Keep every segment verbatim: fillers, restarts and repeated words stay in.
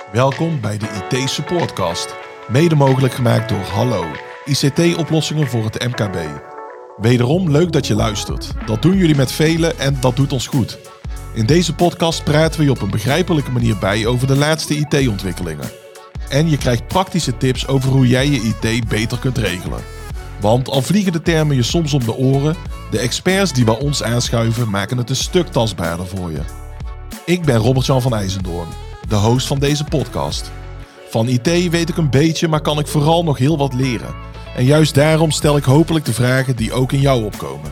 Welkom bij de I T Supportcast, mede mogelijk gemaakt door Hallo, I C T-oplossingen voor het M K B. Wederom leuk dat je luistert. Dat doen jullie met velen en dat doet ons goed. In deze podcast praten we je op een begrijpelijke manier bij over de laatste I T-ontwikkelingen. En je krijgt praktische tips over hoe jij je I T beter kunt regelen. Want al vliegen de termen je soms om de oren, de experts die bij ons aanschuiven maken het een stuk tastbaarder voor je. Ik ben Robert-Jan van IJzendoorn, de host van deze podcast. Van I T weet ik een beetje, maar kan ik vooral nog heel wat leren. En juist daarom stel ik hopelijk de vragen die ook in jou opkomen.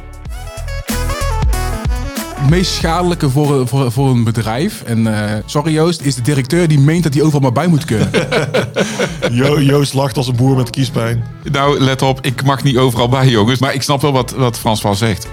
Het meest schadelijke voor, voor, voor een bedrijf, en uh, sorry Joost, is de directeur die meent dat hij overal maar bij moet kunnen. Jo, Joost lacht als een boer met kiespijn. Nou, let op, ik mag niet overal bij, jongens. Maar ik snap wel wat, wat François zegt.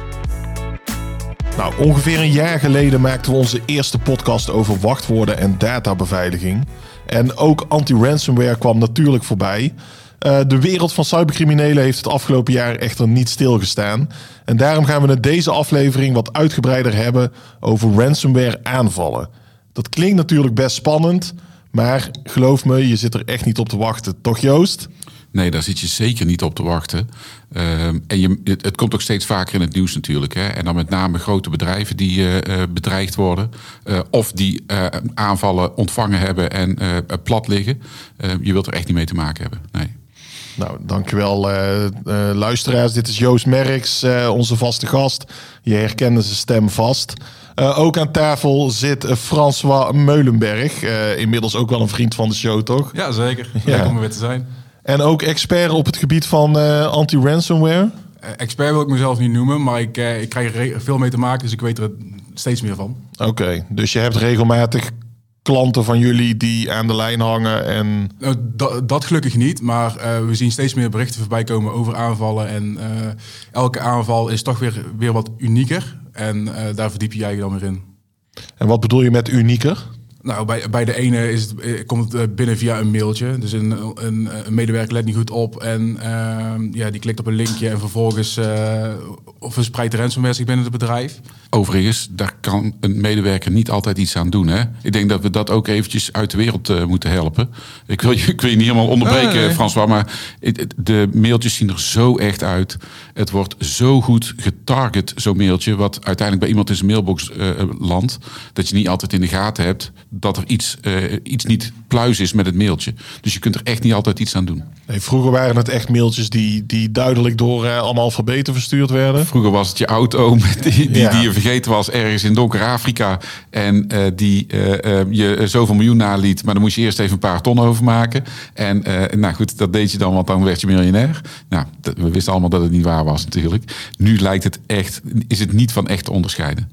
Nou, ongeveer een jaar geleden maakten we onze eerste podcast over wachtwoorden en databeveiliging. En ook anti-ransomware kwam natuurlijk voorbij. Uh, de wereld van cybercriminelen heeft het afgelopen jaar echter niet stilgestaan. En daarom gaan we in deze aflevering wat uitgebreider hebben over ransomware aanvallen. Dat klinkt natuurlijk best spannend, maar geloof me, je zit er echt niet op te wachten. Toch Joost? Nee, daar zit je zeker niet op te wachten. Uh, en je, het, het komt ook steeds vaker in het nieuws natuurlijk. Hè? En dan met name grote bedrijven die uh, bedreigd worden. Uh, of die uh, aanvallen ontvangen hebben en uh, plat liggen. Uh, je wilt er echt niet mee te maken hebben. Nee. Nou, dankjewel uh, uh, luisteraars. Dit is Joost Merks, uh, onze vaste gast. Je herkende zijn stem vast. Uh, ook aan tafel zit uh, François Meulenberg. Uh, inmiddels ook wel een vriend van de show, toch? Ja, zeker. Leuk Ja. om er weer te zijn. En ook expert op het gebied van uh, anti-ransomware. Uh, expert wil ik mezelf niet noemen, maar ik, uh, ik krijg er re- veel mee te maken, dus ik weet er steeds meer van. Oké, okay, dus je hebt regelmatig klanten van jullie die aan de lijn hangen en... Nou, dat, dat gelukkig niet, maar uh, we zien steeds meer berichten voorbij komen over aanvallen. En uh, elke aanval is toch weer, weer wat unieker. En uh, daar verdiep je je eigen dan weer in. En wat bedoel je met unieker? Nou, bij, bij de ene is het, komt het binnen via een mailtje. Dus een, een, een medewerker let niet goed op en uh, ja, die klikt op een linkje en vervolgens uh, verspreidt de ransomware zich binnen het bedrijf. Overigens, daar kan een medewerker niet altijd iets aan doen. Hè? Ik denk dat we dat ook eventjes uit de wereld uh, moeten helpen. Ik wil, je, ik wil je niet helemaal onderbreken, nee, nee, nee. François, maar de mailtjes zien er zo echt uit. Het wordt zo goed getarget, zo'n mailtje, wat uiteindelijk bij iemand in zijn mailbox uh, landt, dat je niet altijd in de gaten hebt dat er iets, uh, iets niet pluis is met het mailtje. Dus je kunt er echt niet altijd iets aan doen. Nee, vroeger waren het echt mailtjes die, die duidelijk door uh, allemaal alfabeten verstuurd werden. Vroeger was het je auto met die, die, ja. die je vergeten was ergens in donker Afrika. En uh, die uh, uh, je zoveel miljoen naliet. Maar dan moest je eerst even een paar ton overmaken. En uh, nou goed, dat deed je dan, want dan werd je miljonair. Nou, dat, we wisten allemaal dat het niet waar was natuurlijk. Nu lijkt het echt, is het niet van echt te onderscheiden.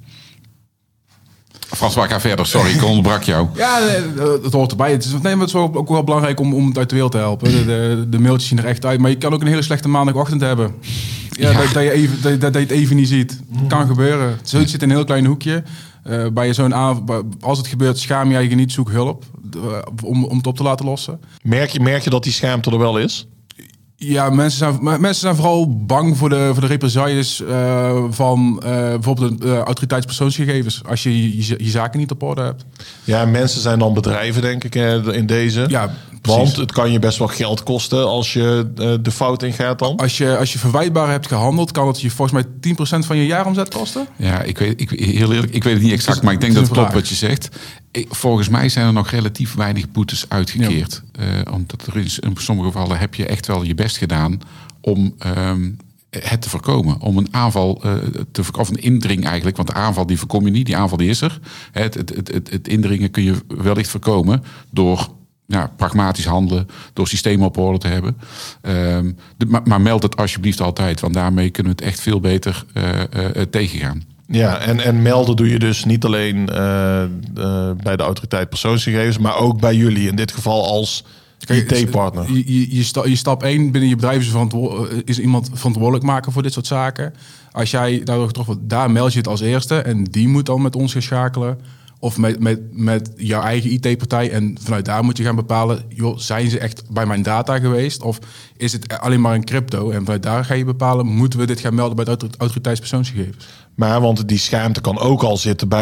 François, ga verder. Sorry, ik onderbrak jou. Ja, het hoort erbij. Het is, nee, maar het is ook wel belangrijk om, om het uit de wereld te helpen. De, de, de mailtjes zien er echt uit. Maar je kan ook een hele slechte maandagochtend hebben. Ja, ja. Dat, dat, je even, dat, dat je het even niet ziet. Het kan gebeuren. Zoiets zit in een heel klein hoekje. Uh, bij je zo'n aanval, als het gebeurt, schaam je je niet, zoek hulp. Uh, om, om het op te laten lossen. Merk je, merk je dat die schaamte er wel is? Ja, mensen zijn, mensen zijn vooral bang voor de, voor de represailles uh, van uh, bijvoorbeeld de uh, autoriteitspersoonsgegevens. Als je je, je zaken niet op orde hebt. Ja, mensen zijn dan bedrijven, denk ik, in deze. Ja, want precies. Het kan je best wel geld kosten als je uh, de fout ingaat dan. Als je, als je verwijtbaar hebt gehandeld, kan het je volgens mij tien procent van je jaaromzet kosten. Ja, ik weet, ik, heel eerlijk, ik weet het niet exact, het is, maar ik denk het dat het klopt wat je zegt. Ik, volgens mij zijn er nog relatief weinig boetes uitgekeerd. Ja. Uh, omdat er is, in sommige gevallen heb je echt wel je best gedaan om um, het te voorkomen. Om een aanval uh, te voorkomen, of een indring eigenlijk. Want de aanval die voorkom je niet, die aanval die is er. Het, het, het, het, het indringen kun je wellicht voorkomen door ja, pragmatisch handelen, door systemen op orde te hebben. Um, de, maar, maar meld het alsjeblieft altijd, want daarmee kunnen we het echt veel beter uh, uh, tegengaan. Ja, en, en melden doe je dus niet alleen uh, uh, bij de autoriteit persoonsgegevens, maar ook bij jullie, in dit geval als I T-partner. Je, je, je, sta, je stap één binnen je bedrijf is, verantwo- is iemand verantwoordelijk maken voor dit soort zaken. Als jij daardoor getroffen wordt, daar meld je het als eerste en die moet dan met ons gaan schakelen. Of met, met, met jouw eigen I T-partij. En vanuit daar moet je gaan bepalen, joh, zijn ze echt bij mijn data geweest? Of is het alleen maar een crypto? En vanuit daar ga je bepalen, moeten we dit gaan melden bij de autoriteitspersoonsgegevens? Maar want die schaamte kan ook al zitten bij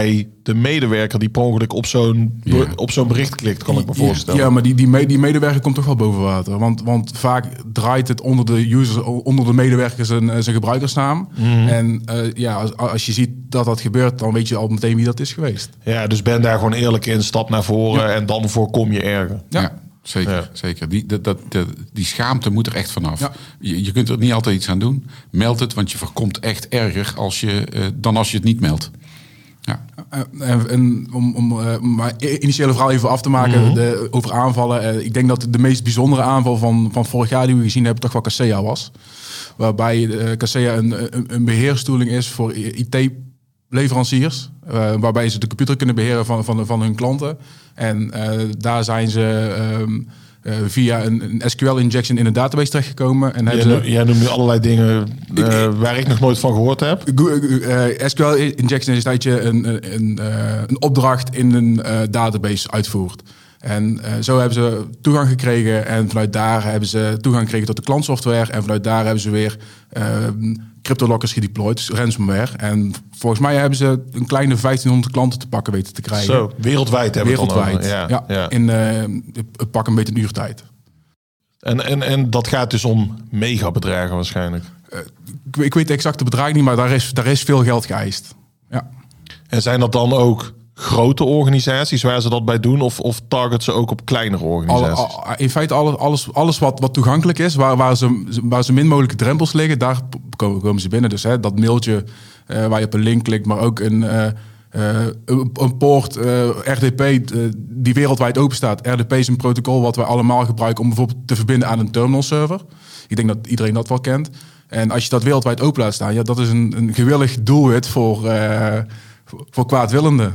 de medewerker die per ongeluk op zo'n, Ja. op zo'n bericht klikt, kan ik me voorstellen. Ja, maar die, die, me, die medewerker komt toch wel boven water. Want, want vaak draait het onder de users, onder de medewerker zijn, zijn gebruikersnaam. Mm-hmm. En uh, ja, als, als je ziet dat dat gebeurt, dan weet je al meteen wie dat is geweest. Ja, dus ben daar gewoon eerlijk in, stap naar voren ja. en dan voorkom je erger. Ja. ja. Zeker, ja. zeker. Die, dat, dat, die schaamte moet er echt vanaf. Ja. Je, je kunt er niet altijd iets aan doen. Meld het, want je voorkomt echt erger als je, uh, dan als je het niet meldt. Ja. En, en om, om uh, mijn initiële verhaal even af te maken mm-hmm. de, over aanvallen. Uh, ik denk dat de meest bijzondere aanval van, van vorig jaar die we gezien hebben toch wel Kaseya was. Waarbij uh, Kaseya een, een, een beheerstoeling is voor I T-leveranciers. Uh, waarbij ze de computer kunnen beheren van, van, van hun klanten. En uh, daar zijn ze um, uh, via een, een S Q L-injection in een database terechtgekomen. En jij, noem, jij noemt nu allerlei dingen uh, waar ik nog nooit van gehoord heb. Uh, S Q L-injection is dat je een, een, een, uh, een opdracht in een uh, database uitvoert. En uh, zo hebben ze toegang gekregen. En vanuit daar hebben ze toegang gekregen tot de klantsoftware. En vanuit daar hebben ze weer uh, cryptolockers gedeployed, ransomware. En volgens mij hebben ze een kleine vijftienhonderd klanten te pakken weten te krijgen. Zo, wereldwijd hebben we Wereldwijd, het dan ja, ja. In uh, pak een beetje een uur tijd. En, en, en dat gaat dus om megabedragen waarschijnlijk. Uh, ik, ik weet de exacte bedrag niet, maar daar is, daar is veel geld geëist. Ja. En zijn dat dan ook grote organisaties waar ze dat bij doen? Of, of target ze ook op kleinere organisaties? Alle, al, in feite alles, alles, alles wat, wat toegankelijk is, waar, waar, ze, waar ze min mogelijke drempels liggen, daar komen, komen ze binnen. Dus hè, dat mailtje uh, waar je op een link klikt, maar ook een, uh, uh, een, een poort, uh, R D P, uh, die wereldwijd open staat. R D P is een protocol wat wij allemaal gebruiken om bijvoorbeeld te verbinden aan een terminal server. Ik denk dat iedereen dat wel kent. En als je dat wereldwijd open laat staan, ja, dat is een, een gewillig doelwit voor, uh, voor, voor kwaadwillenden.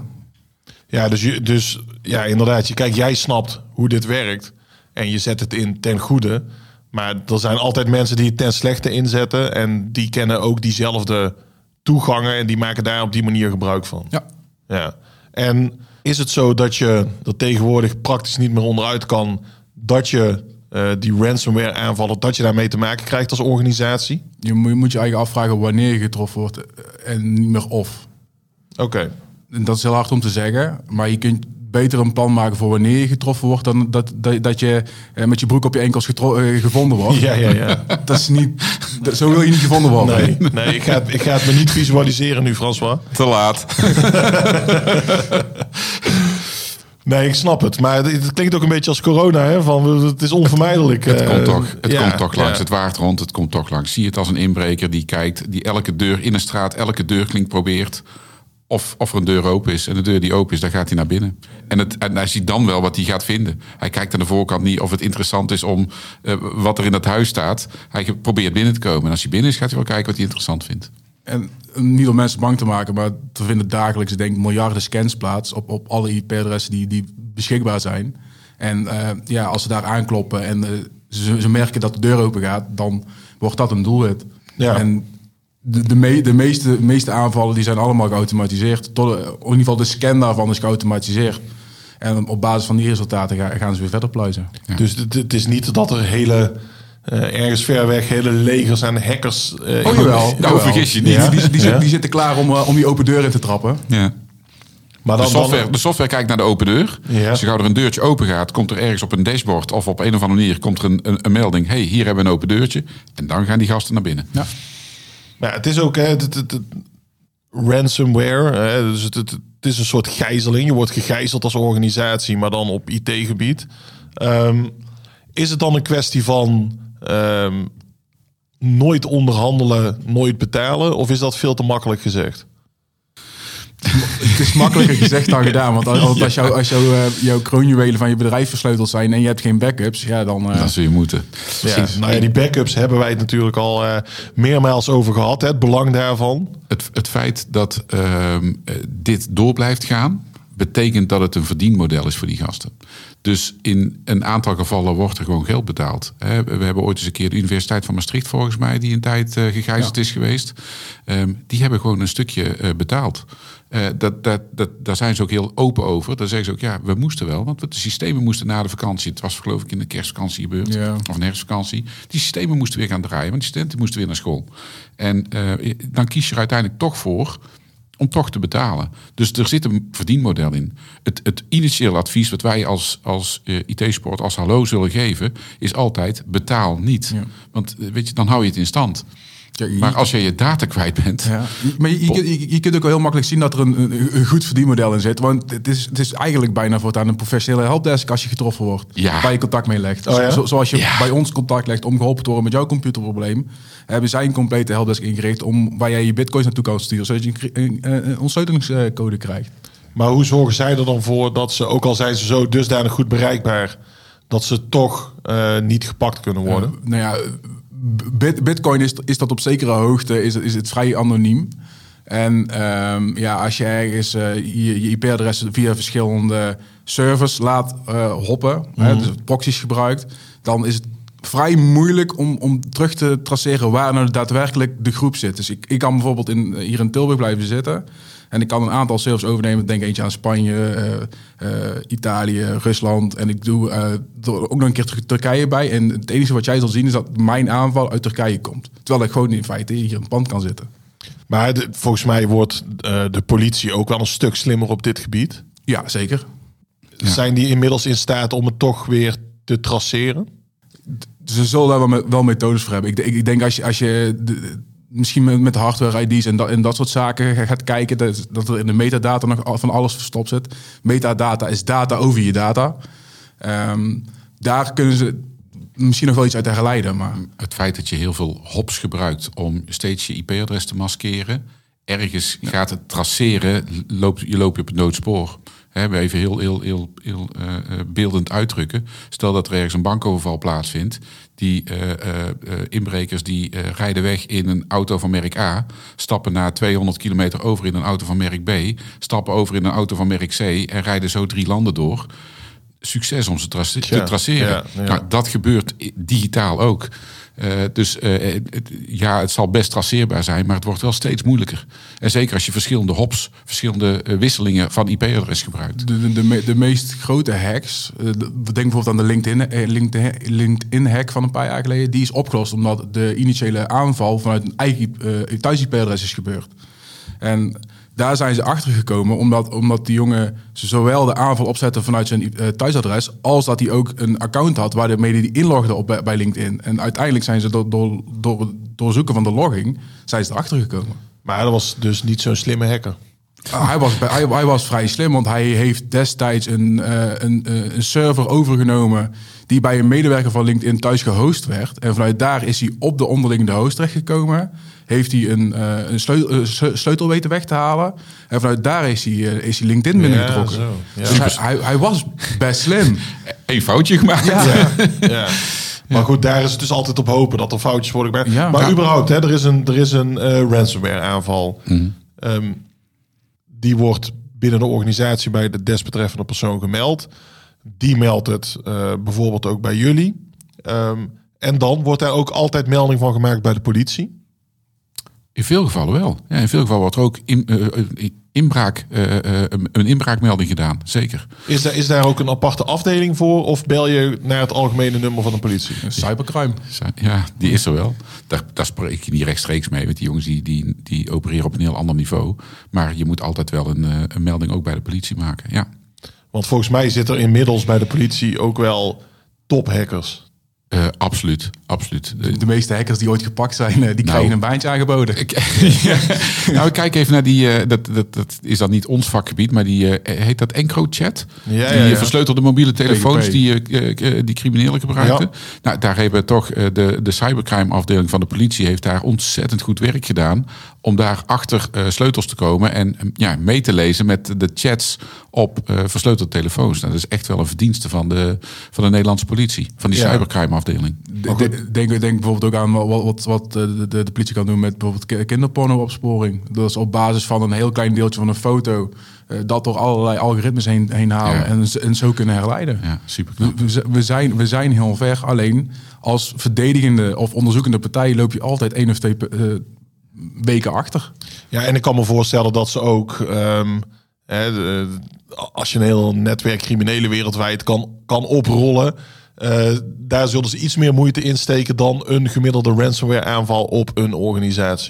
Ja, dus, je, dus ja, inderdaad. Kijk, jij snapt hoe dit werkt en je zet het in ten goede. Maar er zijn altijd mensen die het ten slechte inzetten en die kennen ook diezelfde toegangen en die maken daar op die manier gebruik van. Ja. Ja. En is het zo dat je er tegenwoordig praktisch niet meer onderuit kan dat je uh, die ransomware aanvallen, dat je daarmee te maken krijgt als organisatie? Je moet je, moet je eigen afvragen wanneer je getroffen wordt en niet meer of. Oké. Okay. En dat is heel hard om te zeggen, maar je kunt beter een plan maken voor wanneer je getroffen wordt dan dat, dat, dat je eh, met je broek op je enkels getro- eh, gevonden wordt. Ja, ja, ja. Dat is niet, dat, zo wil je niet gevonden worden. Nee, nee ik, ga het, ik ga het me niet visualiseren nu, François. Te laat. Nee, ik snap het. Maar het klinkt ook een beetje als corona, hè? Van, het is onvermijdelijk. Het, het komt toch, het ja, komt toch langs. Ja. Het waart rond, het komt toch langs. Zie het als een inbreker die kijkt, die elke deur in een straat, elke deurklink probeert. Of, of er een deur open is. En de deur die open is, daar gaat hij naar binnen. En, het, en hij ziet dan wel wat hij gaat vinden. Hij kijkt aan de voorkant niet of het interessant is om uh, wat er in dat huis staat. Hij probeert binnen te komen. En als hij binnen is, gaat hij wel kijken wat hij interessant vindt. En niet om mensen bang te maken, maar er vinden dagelijks denk ik miljarden scans plaats op, op alle I P-adressen die, die beschikbaar zijn. En uh, ja, als ze daar aankloppen en uh, ze, ze merken dat de deur open gaat, dan wordt dat een doelwit. Ja. En de, de, me, de meeste, meeste aanvallen die zijn allemaal geautomatiseerd. Tot, in ieder geval de scan daarvan is geautomatiseerd. En op basis van die resultaten gaan, gaan ze weer verder pluizen. Ja. Dus het, het is niet dat er hele... Uh, ergens ver weg hele legers aan hackers... Uh, oh jawel. Nou, vergis je niet. Ja? Die, die, die, ja? die zitten klaar om, uh, om die open deur in te trappen. Ja. Maar dan, de, software, de software kijkt naar de open deur. Ja. Als je gauw er een deurtje open gaat, komt er ergens op een dashboard of op een of andere manier komt er een, een, een melding. Hey, hier hebben we een open deurtje. En dan gaan die gasten naar binnen. Ja. Maar het is ook hè, het, het, het, ransomware. Hè, dus het, het, het is een soort gijzeling. Je wordt gegijzeld als organisatie, maar dan op I T-gebied. Um, is het dan een kwestie van um, nooit onderhandelen, nooit betalen? Of is dat veel te makkelijk gezegd? Het is makkelijker gezegd dan gedaan. Want als, als, jou, als jou, uh, jouw kroonjuwelen van je bedrijf versleuteld zijn en je hebt geen backups, ja, dan... Uh... Dan zul je moeten. Ja, nou ja, die backups hebben wij het natuurlijk al uh, meermaals over gehad. Hè, het belang daarvan. Het, het feit dat uh, dit door blijft gaan, betekent dat het een verdienmodel is voor die gasten. Dus in een aantal gevallen wordt er gewoon geld betaald. We hebben ooit eens een keer de Universiteit van Maastricht, volgens mij, die een tijd gegijzeld ja. is geweest. Um, die hebben gewoon een stukje uh, betaald. Uh, dat, dat, dat, daar zijn ze ook heel open over. Daar zeggen ze ook, ja, we moesten wel. Want de systemen moesten na de vakantie, het was geloof ik in de kerstvakantie gebeurd, ja. of een herfstvakantie. Die systemen moesten weer gaan draaien, want die studenten moesten weer naar school. En uh, dan kies je er uiteindelijk toch voor om toch te betalen. Dus er zit een verdienmodel in. Het, het initiële advies wat wij als, als uh, I T-support, als Hallo zullen geven, is altijd betaal niet. Ja. Want weet je, dan hou je het in stand. Ja, je, maar als je je data kwijt bent... Ja. Maar je, je, je, je kunt ook wel heel makkelijk zien dat er een, een, een goed verdienmodel in zit. Want het is, het is eigenlijk bijna voortaan een professionele helpdesk als je getroffen wordt. Ja. Waar je contact mee legt. Oh, ja? Zo, zoals je ja. bij ons contact legt om geholpen te worden met jouw computerprobleem. Hebben zij een complete helpdesk ingericht om waar jij je bitcoins naartoe kan sturen. Zodat je een, een, een ontsluitingscode krijgt. Maar hoe zorgen zij er dan voor dat ze, ook al zijn ze zo dusdanig goed bereikbaar, dat ze toch uh, niet gepakt kunnen worden? Uh, nou ja... Bitcoin is, is dat op zekere hoogte, is, is het vrij anoniem. En um, ja, als je ergens uh, je, je I P-adres via verschillende servers laat uh, hoppen, mm. hè, dus proxies gebruikt, dan is het vrij moeilijk om, om terug te traceren waar nou daadwerkelijk de groep zit. Dus ik, ik kan bijvoorbeeld in, hier in Tilburg blijven zitten en ik kan een aantal servers overnemen. Denk eentje aan Spanje, uh, uh, Italië, Rusland. En ik doe uh, er ook nog een keer Turkije bij. En het enige wat jij zal zien is dat mijn aanval uit Turkije komt. Terwijl ik gewoon in feite hier in het pand kan zitten. Maar de, volgens mij wordt uh, de politie ook wel een stuk slimmer op dit gebied. Ja, zeker. Ja. Zijn die inmiddels in staat om het toch weer te traceren? Ze zullen daar wel methodes voor hebben. Ik, ik denk als je... Als je de, misschien met, met hardware I D's en dat, en dat soort zaken gaat kijken, dat, dat er in de metadata nog van alles verstopt zit. Metadata is data over je data. Um, daar kunnen ze misschien nog wel iets uit herleiden. Maar het feit dat je heel veel hops gebruikt om steeds je I P-adres te maskeren, ergens ja. gaat het traceren, loop, je loopt op het noodspoor. He, we even heel, heel, heel, heel uh, beeldend uitdrukken. Stel dat er ergens een bankoverval plaatsvindt. Die uh, uh, inbrekers die uh, rijden weg in een auto van merk A, stappen na tweehonderd kilometer over in een auto van merk B, stappen over in een auto van merk C en rijden zo drie landen door. Succes om ze trace- ja, te traceren. Ja, ja. Nou, dat gebeurt digitaal ook. Uh, dus uh, het, ja, het zal best traceerbaar zijn, maar het wordt wel steeds moeilijker. En zeker als je verschillende hops, verschillende uh, wisselingen van I P-adres gebruikt. De, de, de, me, de meest grote hacks, uh, denk bijvoorbeeld aan de LinkedIn, uh, LinkedIn, LinkedIn-hack van een paar jaar geleden, die is opgelost omdat de initiële aanval vanuit een eigen uh, thuis I P-adres is gebeurd. En daar zijn ze achter gekomen, omdat, omdat die jongen zowel de aanval opzette vanuit zijn uh, thuisadres, als dat hij ook een account had waar de media die inlogde op bij, bij LinkedIn. En uiteindelijk zijn ze door, door, door doorzoeken van de logging, zijn ze erachter gekomen. Maar dat was dus niet zo'n slimme hacker. Uh, hij, was, hij, hij was vrij slim, want hij heeft destijds een, uh, een, uh, een server overgenomen die bij een medewerker van LinkedIn thuis gehost werd. En vanuit daar is hij op de onderliggende host terechtgekomen. Heeft hij een, uh, een sleutel, uh, sleutel weten weg te halen. En vanuit daar is hij, uh, is hij LinkedIn binnengetrokken. Ja, ja. Dus hij, hij, hij was best slim. Eén foutje gemaakt. Ja. Ja. Ja. Maar goed, daar is het dus altijd op hopen dat er foutjes worden gemaakt. Ja. Maar ja. überhaupt, hè, er is een, er is een uh, ransomware aanval. Mm. Um, die wordt binnen de organisatie bij de desbetreffende persoon gemeld. Die meldt het uh, bijvoorbeeld ook bij jullie. Um, en dan wordt er ook altijd melding van gemaakt bij de politie. In veel gevallen wel. Ja, in veel gevallen wordt er ook in, uh, inbraak, uh, uh, een inbraakmelding gedaan. Zeker. Is daar, is daar ook een aparte afdeling voor? Of bel je naar het algemene nummer van de politie? Cybercrime. Ja, die is er wel. Daar, daar spreek je niet rechtstreeks mee. Met die jongens die, die, die opereren op een heel ander niveau. Maar je moet altijd wel een, een melding ook bij de politie maken. Ja. Want volgens mij zit er inmiddels bij de politie ook wel tophackers. Uh, absoluut, absoluut. De, de meeste hackers die ooit gepakt zijn, die krijgen nou, een baantje aangeboden. Ik, ja. Nou, ik kijk even naar die, uh, dat, dat, dat is dan niet ons vakgebied, maar die, uh, heet dat EncroChat? Ja, die ja, ja. versleutelde mobiele telefoons die, uh, uh, die criminelen gebruikten. Ja. Nou, daar hebben toch uh, de, de cybercrime afdeling van de politie heeft daar ontzettend goed werk gedaan om daar achter uh, sleutels te komen en uh, ja, mee te lezen met de chats op uh, versleutelde telefoons. Nou, dat is echt wel een verdienste van de, van de Nederlandse politie, van die ja. cybercrime afdeling. De, de, denk, denk bijvoorbeeld ook aan wat, wat, wat de, de, de politie kan doen met bijvoorbeeld kinderporno-opsporing. Dat is op basis van een heel klein deeltje van een foto uh, dat door allerlei algoritmes heen, heen halen ja. en, en zo kunnen herleiden. Ja, super. We, we, zijn, we zijn heel ver. Alleen als verdedigende of onderzoekende partij loop je altijd één of twee uh, weken achter. Ja, en ik kan me voorstellen dat ze ook Um... He, de, als je een heel netwerk criminelen wereldwijd kan, kan oprollen, uh, daar zullen ze iets meer moeite in steken dan een gemiddelde ransomware aanval op een organisatie.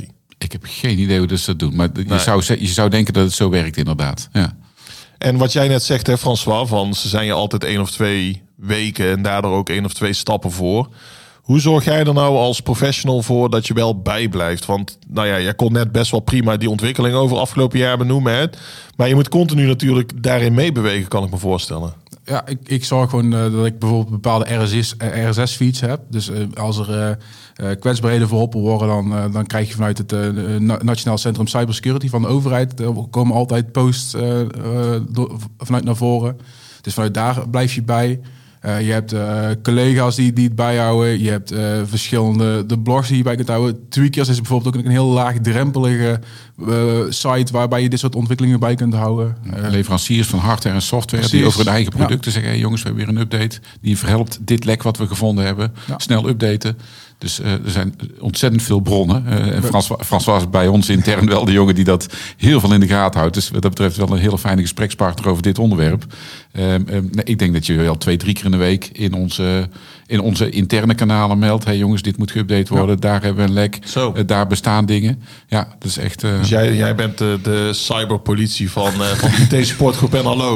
Ik heb geen idee hoe ze dat doen. Maar Nee. je, zou, je zou denken dat het zo werkt inderdaad. Ja. En wat jij net zegt, hè, François, van ze zijn je altijd één of twee weken en daardoor ook één of twee stappen voor. Hoe zorg jij er nou als professional voor dat je wel bijblijft? Want nou ja, jij kon net best wel prima die ontwikkeling over afgelopen jaar benoemen. Hè? Maar je moet continu natuurlijk daarin meebewegen, kan ik me voorstellen. Ja, ik, ik zorg gewoon uh, dat ik bijvoorbeeld bepaalde R S S feeds heb. Dus uh, als er uh, uh, kwetsbaarheden verholpen worden, dan, uh, dan krijg je vanuit het uh, Nationaal Centrum Cybersecurity van de overheid, er komen altijd posts uh, uh, door, vanuit naar voren. Dus vanuit daar blijf je bij. Uh, je hebt uh, collega's die, die het bijhouden. Je hebt uh, verschillende de blogs die je bij kunt houden. Tweakers is bijvoorbeeld ook een heel laagdrempelige uh, site waarbij je dit soort ontwikkelingen bij kunt houden. Uh, Leveranciers van hardware en software precies. Die over hun eigen producten ja. zeggen... Hey jongens, we hebben weer een update. Die verhelpt dit lek wat we gevonden hebben. Ja. Snel updaten. Dus uh, er zijn ontzettend veel bronnen. Uh, en Frans, Frans was bij ons intern wel de jongen die dat heel veel in de gaten houdt. Dus wat dat betreft wel een hele fijne gesprekspartner over dit onderwerp. Um, um, nee, ik denk dat je wel twee, drie keer in de week in onze, in onze interne kanalen meldt. Hey jongens, dit moet geüpdate worden. Ja. Daar hebben we een lek. Uh, daar bestaan dingen. Ja, dat is echt... Uh... Dus jij, jij bent de, de cyberpolitie van, uh, van de I T-supportgroep en hallo.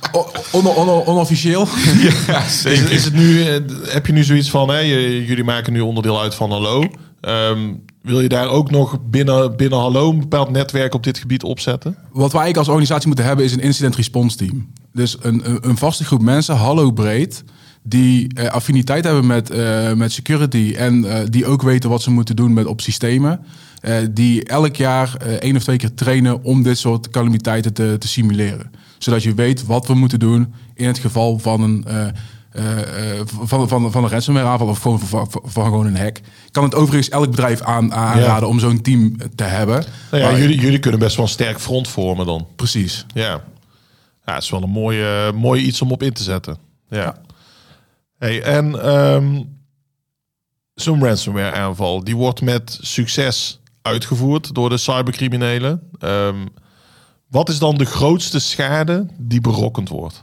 On, on, on, onofficieel. Ja, zeker. Is, is het nu, heb je nu zoiets van, hè, jullie maken nu onderdeel uit van hallo. Um, wil je daar ook nog binnen, binnen hallo een bepaald netwerk op dit gebied opzetten? Wat wij eigenlijk als organisatie moeten hebben is een incident response team. Dus een, een vaste groep mensen, hallo breed, die uh, affiniteit hebben met, uh, met security en uh, die ook weten wat ze moeten doen met op systemen. Uh, die elk jaar uh, één of twee keer trainen om dit soort calamiteiten te, te simuleren. Zodat je weet wat we moeten doen in het geval van een, uh, uh, van, van, van een ransomware aanval of gewoon van, van, van gewoon een hack. Ik kan het overigens elk bedrijf aan, aanraden ja. om zo'n team te hebben. Nou ja, jullie, jullie kunnen best wel een sterk front vormen dan. Precies. Ja, ja, het is wel een mooie, mooie iets om op in te zetten. Ja. ja. Hey, en um, zo'n ransomware aanval, die wordt met succes uitgevoerd door de cybercriminelen. Um, wat is dan de grootste schade die berokkend wordt?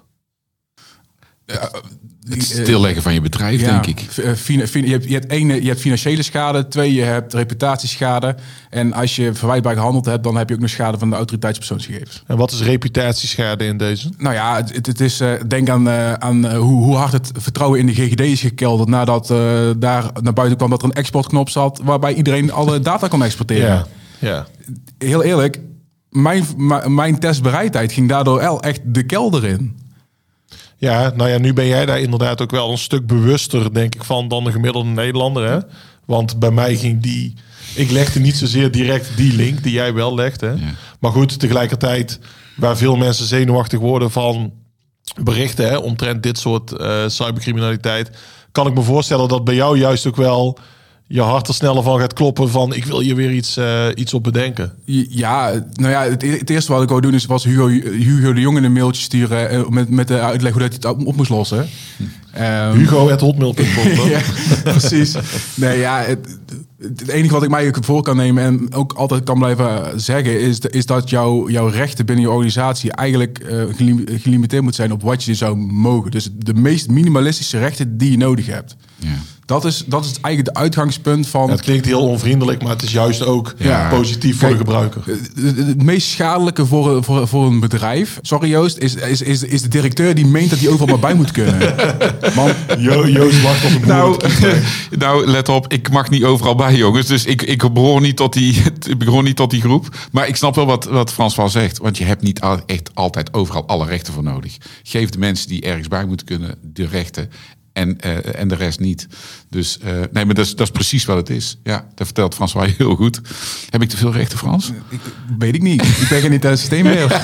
Ja, het stilleggen van je bedrijf, ja, denk ik. Fin, fin, je, hebt, je, hebt één, je hebt financiële schade. Twee, je hebt reputatieschade. En als je verwijtbaar gehandeld hebt, dan heb je ook nog schade van de autoriteitspersoonsgegevens. En wat is reputatieschade in deze? Nou ja, het, het is, uh, denk aan, uh, aan uh, hoe, hoe hard het vertrouwen in de G G D is gekelderd nadat uh, daar naar buiten kwam dat er een exportknop zat waarbij iedereen alle data kon exporteren. Ja, ja. Heel eerlijk, mijn, mijn testbereidheid ging daardoor wel echt de kelder in. Ja, nou ja, nu ben jij daar inderdaad ook wel een stuk bewuster, denk ik, van dan de gemiddelde Nederlander. Hè? Want bij mij ging die... Ik legde niet zozeer direct die link die jij wel legt. Hè? Ja. Maar goed, tegelijkertijd, waar veel mensen zenuwachtig worden van berichten, hè, omtrent dit soort uh, cybercriminaliteit, kan ik me voorstellen dat bij jou juist ook wel je hart er sneller van gaat kloppen van ik wil hier weer iets, uh, iets op bedenken. Ja, nou ja, het, het eerste wat ik wou doen is was Hugo, Hugo de Jong een mailtje sturen met, met de uitleg hoe dat hij het op moest lossen. Hm. Um, Hugo at hotmail punt com. Ja, precies. Nee, ja, het, het enige wat ik mij voor kan nemen en ook altijd kan blijven zeggen is, is dat jouw, jouw rechten binnen je organisatie eigenlijk uh, gelimiteerd moet zijn op wat je zou mogen. Dus de meest minimalistische rechten die je nodig hebt. Ja. Dat is, dat is eigenlijk de uitgangspunt van... Ja, het klinkt heel onvriendelijk, maar het is juist ook ja. positief voor Kijk, de gebruiker. Het meest schadelijke voor, voor, voor een bedrijf, sorry Joost, is, is, is, is de directeur die meent dat hij overal maar bij moet kunnen. Man, jo, Joost wacht op een boer. Nou, nou, let op, ik mag niet overal bij, jongens. Dus ik, ik behoor niet tot die, ik behoor niet tot die groep. Maar ik snap wel wat, wat François zegt. Want je hebt niet echt altijd overal alle rechten voor nodig. Geef de mensen die ergens bij moeten kunnen de rechten. En, uh, en de rest niet. Dus uh, nee, maar dat is, dat is precies wat het is. Ja, dat vertelt François heel goed. Heb ik te veel rechten, Frans? Ik, weet ik niet. Ik ben niet het systeem meer.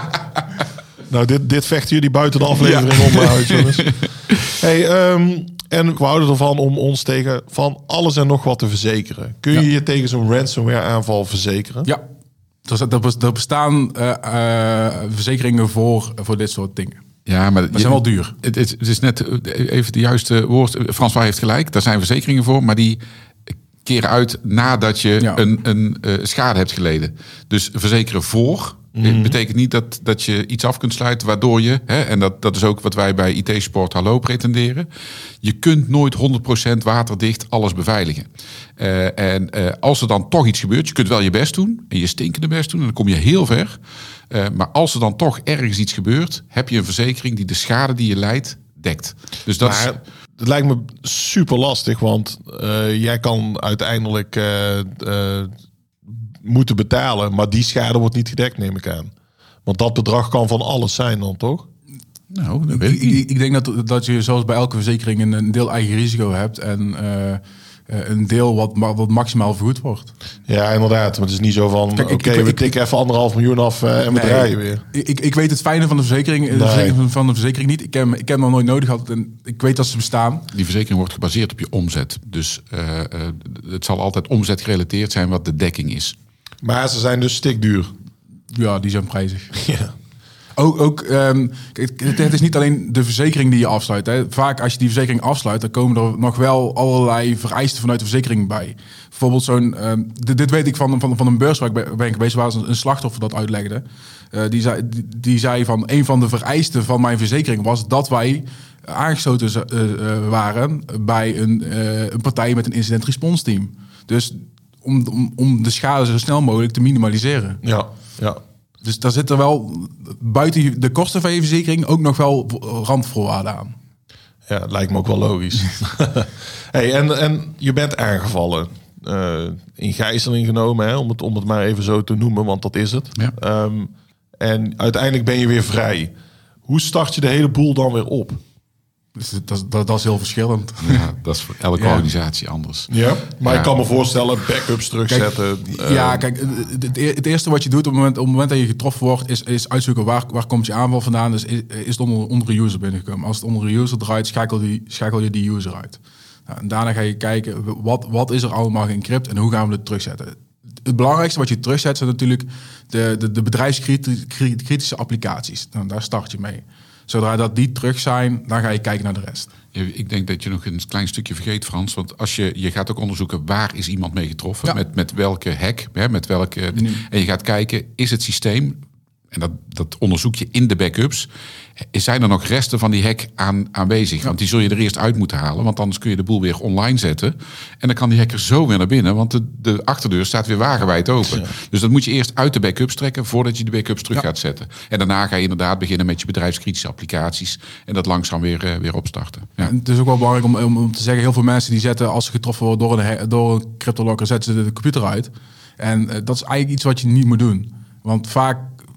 Nou, dit, dit vechten jullie buiten de aflevering ja. om uit, jongens. Hey, um, en we houden ervan om ons tegen van alles en nog wat te verzekeren. Kun je ja. je tegen zo'n ransomware aanval verzekeren? Ja, er bestaan uh, uh, verzekeringen voor, voor dit soort dingen. Ja, maar dat zijn wel duur. Het, het, het is net even de juiste woord. François heeft gelijk, daar zijn verzekeringen voor, maar die keren uit nadat je ja. een, een uh, schade hebt geleden. Dus verzekeren voor Mm. Het betekent niet dat, dat je iets af kunt sluiten waardoor je... Hè, en dat, dat is ook wat wij bij I T Support Hallo pretenderen. Je kunt nooit honderd procent waterdicht alles beveiligen. Uh, en uh, als er dan toch iets gebeurt, je kunt wel je best doen. En je stinkende best doen en dan kom je heel ver. Uh, maar als er dan toch ergens iets gebeurt, heb je een verzekering die de schade die je leidt dekt. Dus dat maar, is... Het lijkt me super lastig, want uh, jij kan uiteindelijk uh, uh, moeten betalen, maar die schade wordt niet gedekt, neem ik aan. Want dat bedrag kan van alles zijn dan, toch? Nou, dat weet ik, ik, ik denk dat, dat je zoals bij elke verzekering een, een deel eigen risico hebt en uh, uh, een deel wat, wat maximaal vergoed wordt. Ja, inderdaad. Maar het is niet zo van, oké, okay, we tikken even anderhalf miljoen af uh, en we nee, draaien weer. Ik, ik weet het fijne van de verzekering, nee. de verzekering van de verzekering niet. Ik heb, ik heb hem nog nooit nodig gehad en ik weet dat ze bestaan. Die verzekering wordt gebaseerd op je omzet. Dus uh, uh, het zal altijd omzet gerelateerd zijn wat de dekking is. Maar ze zijn dus stikduur. Ja, die zijn prijzig. Ja. Ook, ook um, het, het is niet alleen de verzekering die je afsluit. Hè. Vaak als je die verzekering afsluit, dan komen er nog wel allerlei vereisten vanuit de verzekering bij. Bijvoorbeeld zo'n, um, dit, dit weet ik van, van, van een beurs waar ik ben geweest, waar een, een slachtoffer dat uitlegde. Uh, die, zei, die, die zei van, een van de vereisten van mijn verzekering was dat wij aangesloten uh, uh, waren bij een, uh, een partij met een incident response team. Dus om, om, om de schade zo snel mogelijk te minimaliseren. Ja, ja. Dus daar zit er wel buiten de kosten van je verzekering ook nog wel randvoorwaarden aan. Ja, het lijkt me ook wel logisch. hey, en, en je bent aangevallen. Uh, in gijzeling genomen, hè, om, het, om het maar even zo te noemen, want dat is het. Ja. Um, en uiteindelijk ben je weer vrij. Hoe start je de hele boel dan weer op? Dus dat, dat, dat is heel verschillend. Ja, dat is voor elke ja. organisatie anders. Ja, maar ja. ik kan me voorstellen, backups terugzetten. Kijk, uh, ja, kijk, het, het eerste wat je doet op het moment, op het moment dat je getroffen wordt, is, is uitzoeken waar, waar komt je aanval vandaan. Dus is, is het onder, onder een user binnengekomen. Als het onder een user draait, schakel, die, schakel je die user uit. Nou, en daarna ga je kijken, wat, wat is er allemaal geëncrypt en hoe gaan we het terugzetten. Het belangrijkste wat je terugzet zijn natuurlijk de, de, de bedrijfskritische applicaties. Nou, daar start je mee. Zodra dat die terug zijn, dan ga je kijken naar de rest. Ik denk dat je nog een klein stukje vergeet, Frans. Want als je, je gaat ook onderzoeken waar is iemand mee getroffen. Ja. Met, met welke hack. Hè, met welke, nee. En je gaat kijken, is het systeem... En dat, dat onderzoek je in de backups. Zijn er nog resten van die hack aan, aanwezig? Ja. Want die zul je er eerst uit moeten halen. Want anders kun je de boel weer online zetten. En dan kan die hacker zo weer naar binnen. Want de, de achterdeur staat weer wagenwijd open. Ja. Dus dat moet je eerst uit de backups trekken voordat je de backups terug ja. gaat zetten. En daarna ga je inderdaad beginnen met je bedrijfskritische applicaties. En dat langzaam weer, uh, weer opstarten. Ja. Het is ook wel belangrijk om, om, om te zeggen. Heel veel mensen die zetten, als ze getroffen worden door een, door een cryptolocker, zetten ze de computer uit. En uh, dat is eigenlijk iets wat je niet moet doen. Want vaak...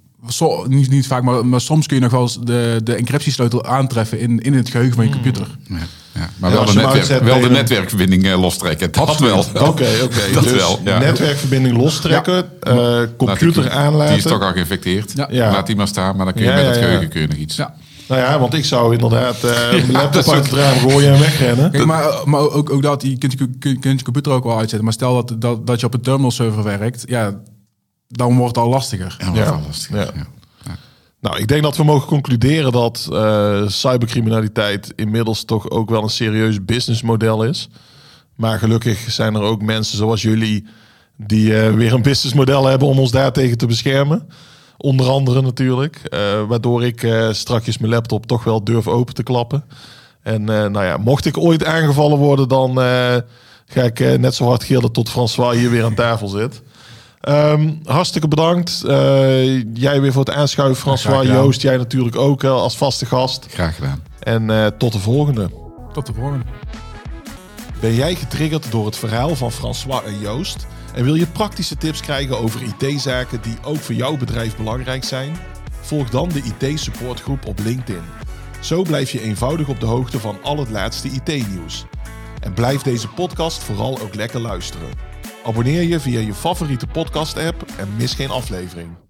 So, niet, niet vaak, maar, maar soms kun je nog wel eens de, de encryptiesleutel aantreffen in, in het geheugen van je computer. Ja, ja. Maar ja, wel, de, netwerk, wel de netwerkverbinding uh, lostrekken. Dat Absoluut. wel. Oké, oké. Okay. Dus wel, ja. netwerkverbinding lostrekken, ja. uh, computer die, aanlaten. Die is toch al geïnfecteerd. Ja. Ja. Laat die maar staan, maar dan kun je ja, met het ja, geheugen ja. kun je nog iets. Ja. Nou ja, want ik zou inderdaad uh, mijn ja, laptop uit het raam gooien en wegrennen. Kijk, maar maar ook, ook dat, je kunt je, kunt je computer ook wel uitzetten. Maar stel dat, dat, dat je op een terminal server werkt, ja, dan wordt het al lastiger. Ja, wordt ja. al lastiger, ja. ja. Nou, ik denk dat we mogen concluderen dat uh, cybercriminaliteit inmiddels toch ook wel een serieus businessmodel is. Maar gelukkig zijn er ook mensen zoals jullie die uh, weer een businessmodel hebben om ons daartegen te beschermen. Onder andere natuurlijk. Uh, waardoor ik uh, strakjes mijn laptop toch wel durf open te klappen. En uh, nou ja, mocht ik ooit aangevallen worden, dan uh, ga ik uh, net zo hard gillen tot François hier weer aan tafel zit. Um, hartstikke bedankt. Uh, jij weer voor het aanschuiven, François. Joost, jij natuurlijk ook uh, als vaste gast. Graag gedaan. En uh, tot de volgende. Tot de volgende. Ben jij getriggerd door het verhaal van François en Joost? En wil je praktische tips krijgen over I T-zaken die ook voor jouw bedrijf belangrijk zijn? Volg dan de I T-supportgroep op LinkedIn. Zo blijf je eenvoudig op de hoogte van al het laatste I T-nieuws. En blijf deze podcast vooral ook lekker luisteren. Abonneer je via je favoriete podcast-app en mis geen aflevering.